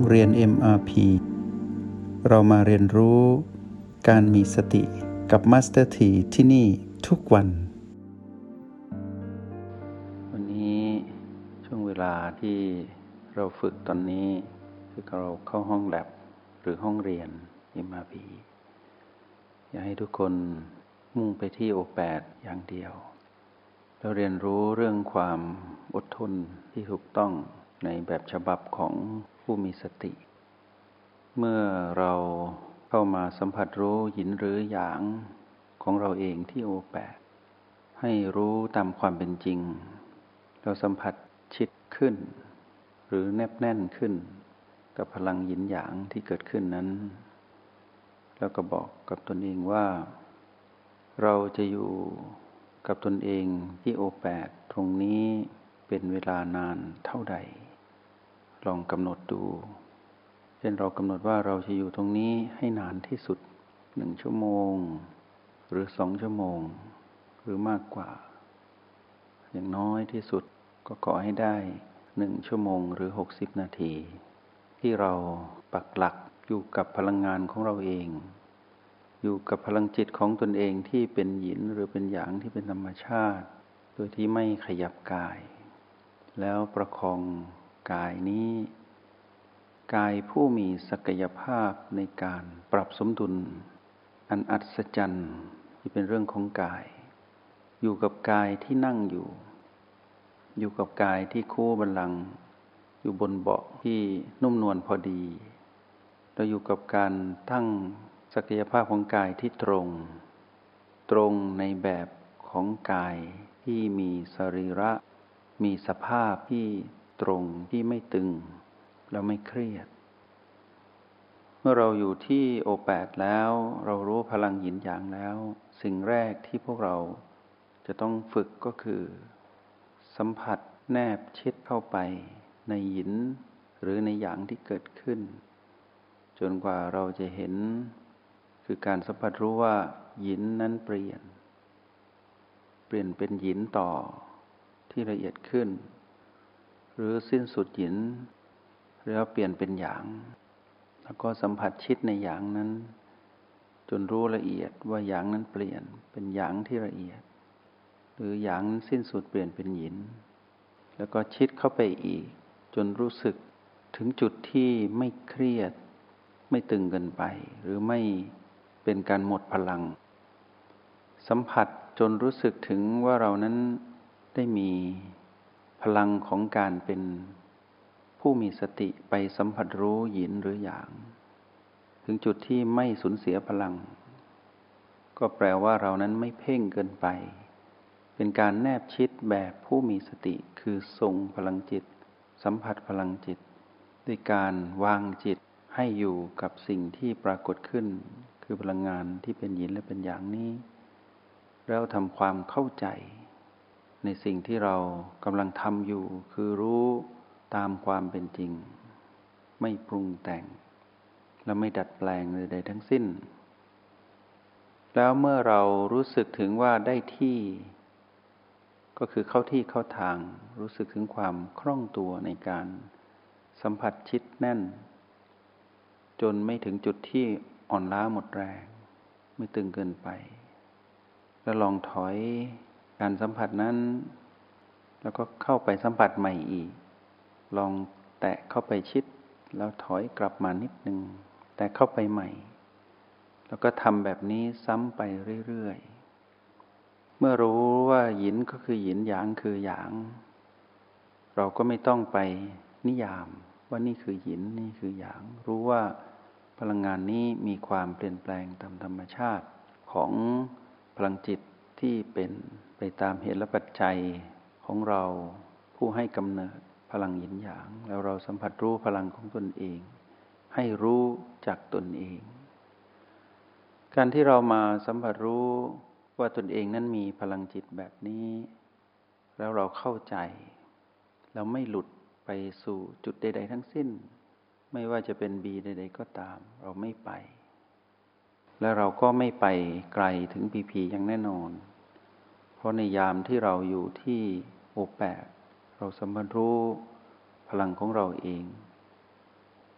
เรียน MRP เรามาเรียนรู้การมีสติกับ Master T ที่นี่ทุกวันวันนี้ช่วงเวลาที่เราฝึกตอนนี้คือเราเข้าห้องแลบหรือห้องเรียน MRP อยากให้ทุกคนมุ่งไปที่ O8 อย่างเดียวเราเรียนรู้เรื่องความอดทนที่ถูกต้องในแบบฉบับของผู้มีสติเมื่อเราเข้ามาสัมผัสรู้หยินหรือหยางของเราเองที่ O8 ให้รู้ตามความเป็นจริงเราสัมผัสชิดขึ้นหรือแนบแน่นขึ้นกับพลังหยินหยางที่เกิดขึ้นนั้นแล้วก็บอกกับตนเองว่าเราจะอยู่กับตนเองที่ O8 ตรงนี้เป็นเวลานานเท่าใดลองกำหนดดูเช่นเรากำหนดว่าเราจะอยู่ตรงนี้ให้นานที่สุด1 ชั่วโมงหรือ2 ชั่วโมงหรือมากกว่าอย่างน้อยที่สุดก็ขอให้ได้1 ชั่วโมงหรือ60 นาทีที่เราปักหลักอยู่กับพลังงานของเราเองอยู่กับพลังจิตของตนเองที่เป็นหยินหรือเป็นหยางที่เป็นธรรมชาติโดยที่ไม่ขยับกายแล้วประคองกายนี้กายผู้มีศักยภาพในการปรับสมดุลอันอัศจรรย์ที่เป็นเรื่องของกายอยู่กับกายที่นั่งอยู่กับกายที่คู่บัลลังก์อยู่บนเบาะที่นุ่มนวลพอดีเราอยู่กับการตั้งศักยภาพของกายที่ตรงในแบบของกายที่มีสรีระมีสภาพที่ตรงที่ไม่ตึงและไม่เครียดเมื่อเราอยู่ที่ O8 แล้วเรารู้พลังหยินหยางแล้วสิ่งแรกที่พวกเราจะต้องฝึกก็คือสัมผัสแนบชิดเข้าไปในหยินหรือในหยางที่เกิดขึ้นจนกว่าเราจะเห็นคือการสัมผัสรู้ว่าหยินนั้นเปลี่ยนเป็นหยินต่อที่ละเอียดขึ้นหรือสิ้นสุดหยินแล้วเปลี่ยนเป็นหยางแล้วก็สัมผัสชิดในหยางนั้นจนรู้ละเอียดว่าหยางนั้นเปลี่ยนเป็นหยางที่ละเอียดหรือหยางนั้นสิ้นสุดเปลี่ยนเป็นหยินแล้วก็ชิดเข้าไปอีกจนรู้สึกถึงจุดที่ไม่เครียดไม่ตึงเกินไปหรือไม่เป็นการหมดพลังสัมผัสจนรู้สึกถึงว่าเรานั้นได้มีพลังของการเป็นผู้มีสติไปสัมผัสรู้หยินหรือหยางถึงจุดที่ไม่สูญเสียพลังก็แปลว่าเรานั้นไม่เพ่งเกินไปเป็นการแนบชิดแบบผู้มีสติคือทรงพลังจิตสัมผัสพลังจิตด้วยการวางจิตให้อยู่กับสิ่งที่ปรากฏขึ้นคือพลังงานที่เป็นหยินและเป็นหยางนี้แล้วทำความเข้าใจในสิ่งที่เรากำลังทำอยู่คือรู้ตามความเป็นจริงไม่ปรุงแต่งและไม่ดัดแปลงใดๆทั้งสิ้นแล้วเมื่อเรารู้สึกถึงว่าได้ที่ก็คือเข้าที่เข้าทางรู้สึกถึงความคล่องตัวในการสัมผัสชิดแน่นจนไม่ถึงจุดที่อ่อนล้าหมดแรงไม่ตึงเกินไปแล้วลองถอยการสัมผัสนั้นแล้วก็เข้าไปสัมผัสใหม่อีกลองแตะเข้าไปชิดแล้วถอยกลับมานิดนึงแตะเข้าไปใหม่แล้วก็ทำแบบนี้ซ้ำไปเรื่อยๆเมื่อรู้ว่าหยินก็คือหยินหยางคือหยางเราก็ไม่ต้องไปนิยามว่านี่คือหยินนี่คือหยางรู้ว่าพลังงานนี้มีความเปลี่ยนแปลงตามธรรมชาติของพลังจิตที่เป็นไปตามเหตุและปัจจัยของเราผู้ให้กำเนิดพลังหยินหยางแล้วเราสัมผัสรู้พลังของตนเองให้รู้จากตนเองการที่เรามาสัมผัสรู้ว่าตนเองนั้นมีพลังจิตแบบนี้แล้วเราเข้าใจเราไม่หลุดไปสู่จุดใดๆทั้งสิ้นไม่ว่าจะเป็นบีใดๆก็ตามเราไม่ไปและเราก็ไม่ไปไกลถึงพีอย่างแน่นอนเพราะในยามที่เราอยู่ที่O8เราสัมผัสรู้พลังของเราเอง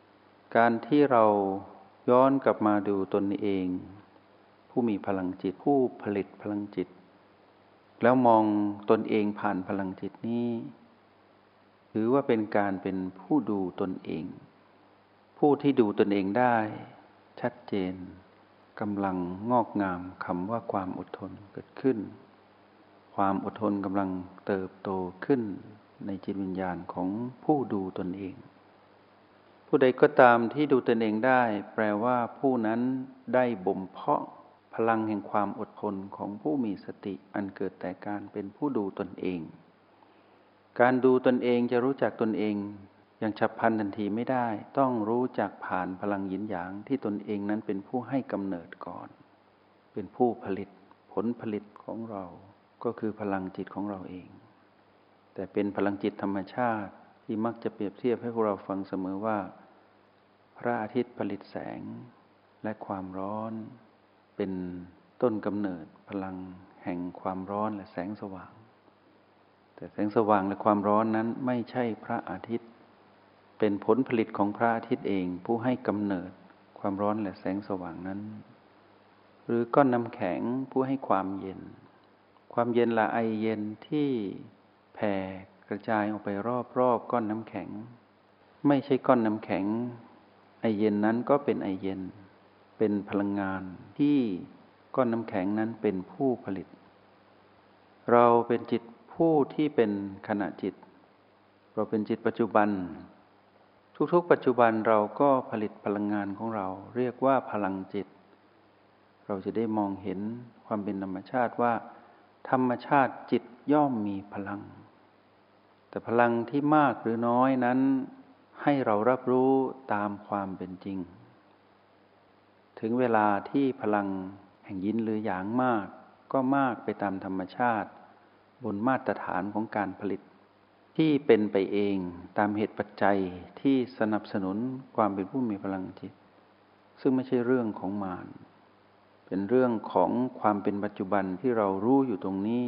การที่เราย้อนกลับมาดูตนเองผู้มีพลังจิตผู้ผลิตพลังจิตแล้วมองตนเองผ่านพลังจิตนี้ถือว่าเป็นการเป็นผู้ดูตนเองผู้ที่ดูตนเองได้ชัดเจนกำลังงอกงามคำว่าความอดทนเกิดขึ้นความอดทนกำลังเติบโตขึ้นในจิตวิญญาณของผู้ดูตนเองผู้ใดก็ตามที่ดูตนเองได้แปลว่าผู้นั้นได้บ่มเพาะพลังแห่งความอดทนของผู้มีสติอันเกิดแต่การเป็นผู้ดูตนเองการดูตนเองจะรู้จักตนเองอย่างฉับพลันทันทีไม่ได้ต้องรู้จักผ่านพลังหยินหยางที่ตนเองนั้นเป็นผู้ให้กำเนิดก่อนเป็นผู้ผลิตผลผลิตของเราก็คือพลังจิตของเราเองแต่เป็นพลังจิตธรรมชาติที่มักจะเปรียบเทียบให้พวกเราฟังเสมอว่าพระอาทิตย์ผลิตแสงและความร้อนเป็นต้นกำเนิดพลังแห่งความร้อนและแสงสว่างแต่แสงสว่างและความร้อนนั้นไม่ใช่พระอาทิตย์เป็นผลผลิตของพระอาทิตย์เองผู้ให้กำเนิดความร้อนและแสงสว่างนั้นหรือก้อนน้ำแข็งผู้ให้ความเย็นความเย็นละไอเย็นที่แผ่กระจายออกไปรอบๆก้อนน้ำแข็งไม่ใช่ก้อนน้ำแข็งไอเย็นนั้นก็เป็นไอเย็นเป็นพลังงานที่ก้อนน้ำแข็งนั้นเป็นผู้ผลิตเราเป็นจิตผู้ที่เป็นขณะจิตเราเป็นจิตปัจจุบันทุกๆปัจจุบันเราก็ผลิตพลังงานของเราเรียกว่าพลังจิตเราจะได้มองเห็นความเป็นธรรมชาติว่าธรรมชาติจิตย่อมมีพลังแต่พลังที่มากหรือน้อยนั้นให้เรารับรู้ตามความเป็นจริงถึงเวลาที่พลังแห่งยินหรือหยางมากก็มากไปตามธรรมชาติบนมาตรฐานของการผลิตที่เป็นไปเองตามเหตุปัจจัยที่สนับสนุนความเป็นผู้มีพลังจิตซึ่งไม่ใช่เรื่องของมารเป็นเรื่องของความเป็นปัจจุบันที่เรารู้อยู่ตรงนี้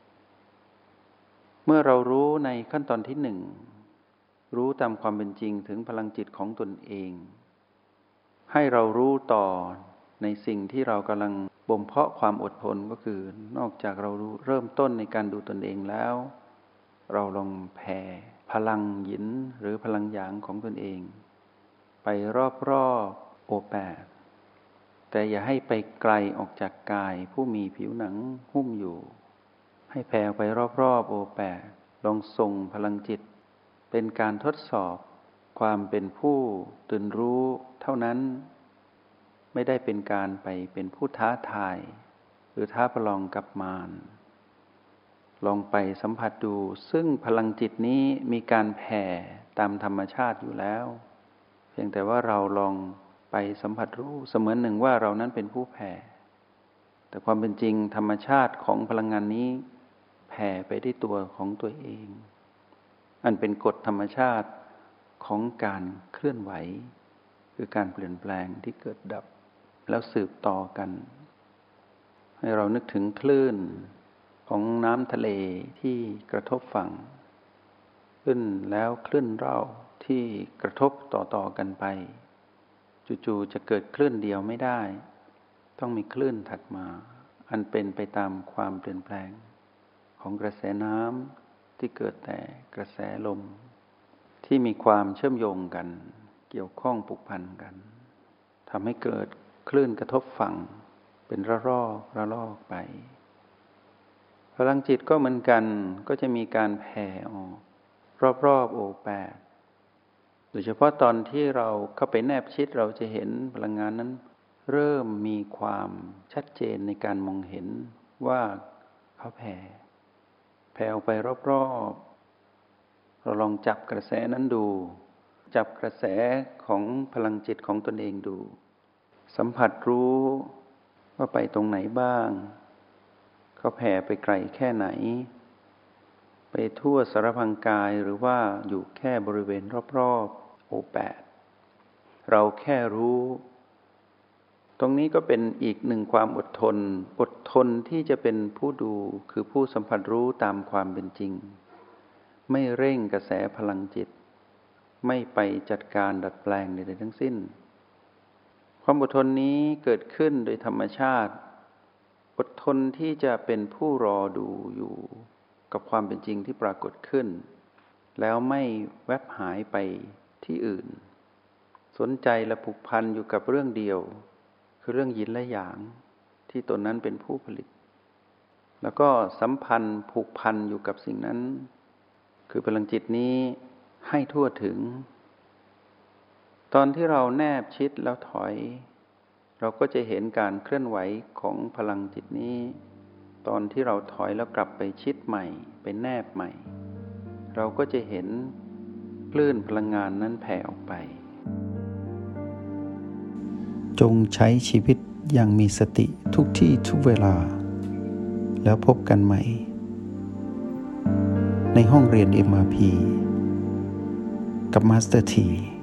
เมื่อเรารู้ในขั้นตอนที่หนึ่งรู้ตามความเป็นจริงถึงพลังจิตของตนเองให้เรารู้ต่อในสิ่งที่เรากำลังบ่มเพาะความอดทนก็คือนอกจากเรารู้เริ่มต้นในการดูตนเองแล้วเราลองแผ่พลังหยินหรือพลังหยางของตนเองไปรอบๆโอแปดแต่อย่าให้ไปไกลออกจากกายผู้มีผิวหนังหุ้มอยู่ให้แผ่ไปรอบๆโอแปดลองส่งพลังจิตเป็นการทดสอบความเป็นผู้ตื่นรู้เท่านั้นไม่ได้เป็นการไปเป็นผู้ท้าทายหรือท้าประลองกับมารลองไปสัมผัสดูซึ่งพลังจิตนี้มีการแผ่ตามธรรมชาติอยู่แล้วเพียงแต่ว่าเราลองไปสัมผัสรู้เสมือนหนึ่งว่าเรานั้นเป็นผู้แผ่แต่ความเป็นจริงธรรมชาติของพลังงานนี้แผ่ไปที่ตัวของตัวเองอันเป็นกฎธรรมชาติของการเคลื่อนไหวคือการเปลี่ยนแปลงที่เกิดดับแล้วสืบต่อกันให้เรานึกถึงคลื่นของน้ำทะเลที่กระทบฝั่งขึ้นแล้วคลื่นเร่าที่กระทบต่อกันไปจู่ๆจะเกิดคลื่นเดียวไม่ได้ต้องมีคลื่นถัดมาอันเป็นไปตามความเปลี่ยนแปลงของกระแสน้ำที่เกิดแต่กระแสลมที่มีความเชื่อมโยงกันเกี่ยวข้องผูกพันกันทำให้เกิดคลื่นกระทบฝั่งเป็นระลอกไปพลังจิตก็เหมือนกันก็จะมีการแผ่ออกรอบๆโอแปดโดยเฉพาะตอนที่เราเข้าไปแนบชิดเราจะเห็นพลังงานนั้นเริ่มมีความชัดเจนในการมองเห็นว่าเขาแผ่ออกไปรอบๆเราลองจับกระแสนั้นดูจับกระแสของพลังจิตของตนเองดูสัมผัสรู้ว่าไปตรงไหนบ้างเขาแผ่ไปไกลแค่ไหนไปทั่วสารพังกายหรือว่าอยู่แค่บริเวณรอบๆโอแปดเราแค่รู้ตรงนี้ก็เป็นอีกหนึ่งความอดทนที่จะเป็นผู้ดูคือผู้สัมผัสรู้ตามความเป็นจริงไม่เร่งกระแสพลังจิตไม่ไปจัดการดัดแปลงใดๆทั้งสิ้นความอดทนนี้เกิดขึ้นโดยธรรมชาติอดทนที่จะเป็นผู้รอดูอยู่กับความเป็นจริงที่ปรากฏขึ้นแล้วไม่แวบหายไปที่อื่นสนใจและผูกพันอยู่กับเรื่องเดียวคือเรื่องยินและหยางที่ตนนั้นเป็นผู้ผลิตแล้วก็สัมพันธ์ผูกพันอยู่กับสิ่งนั้นคือพลังจิตนี้ให้ทั่วถึงตอนที่เราแนบชิดแล้วถอยเราก็จะเห็นการเคลื่อนไหวของพลังจิตนี้ตอนที่เราถอยแล้วกลับไปชิดใหม่ไปแนบใหม่เราก็จะเห็นคลื่นพลังงานนั้นแผ่ออกไปจงใช้ชีวิตอย่างมีสติทุกที่ทุกเวลาแล้วพบกันใหม่ในห้องเรียน MRP กับมาสเตอร์ที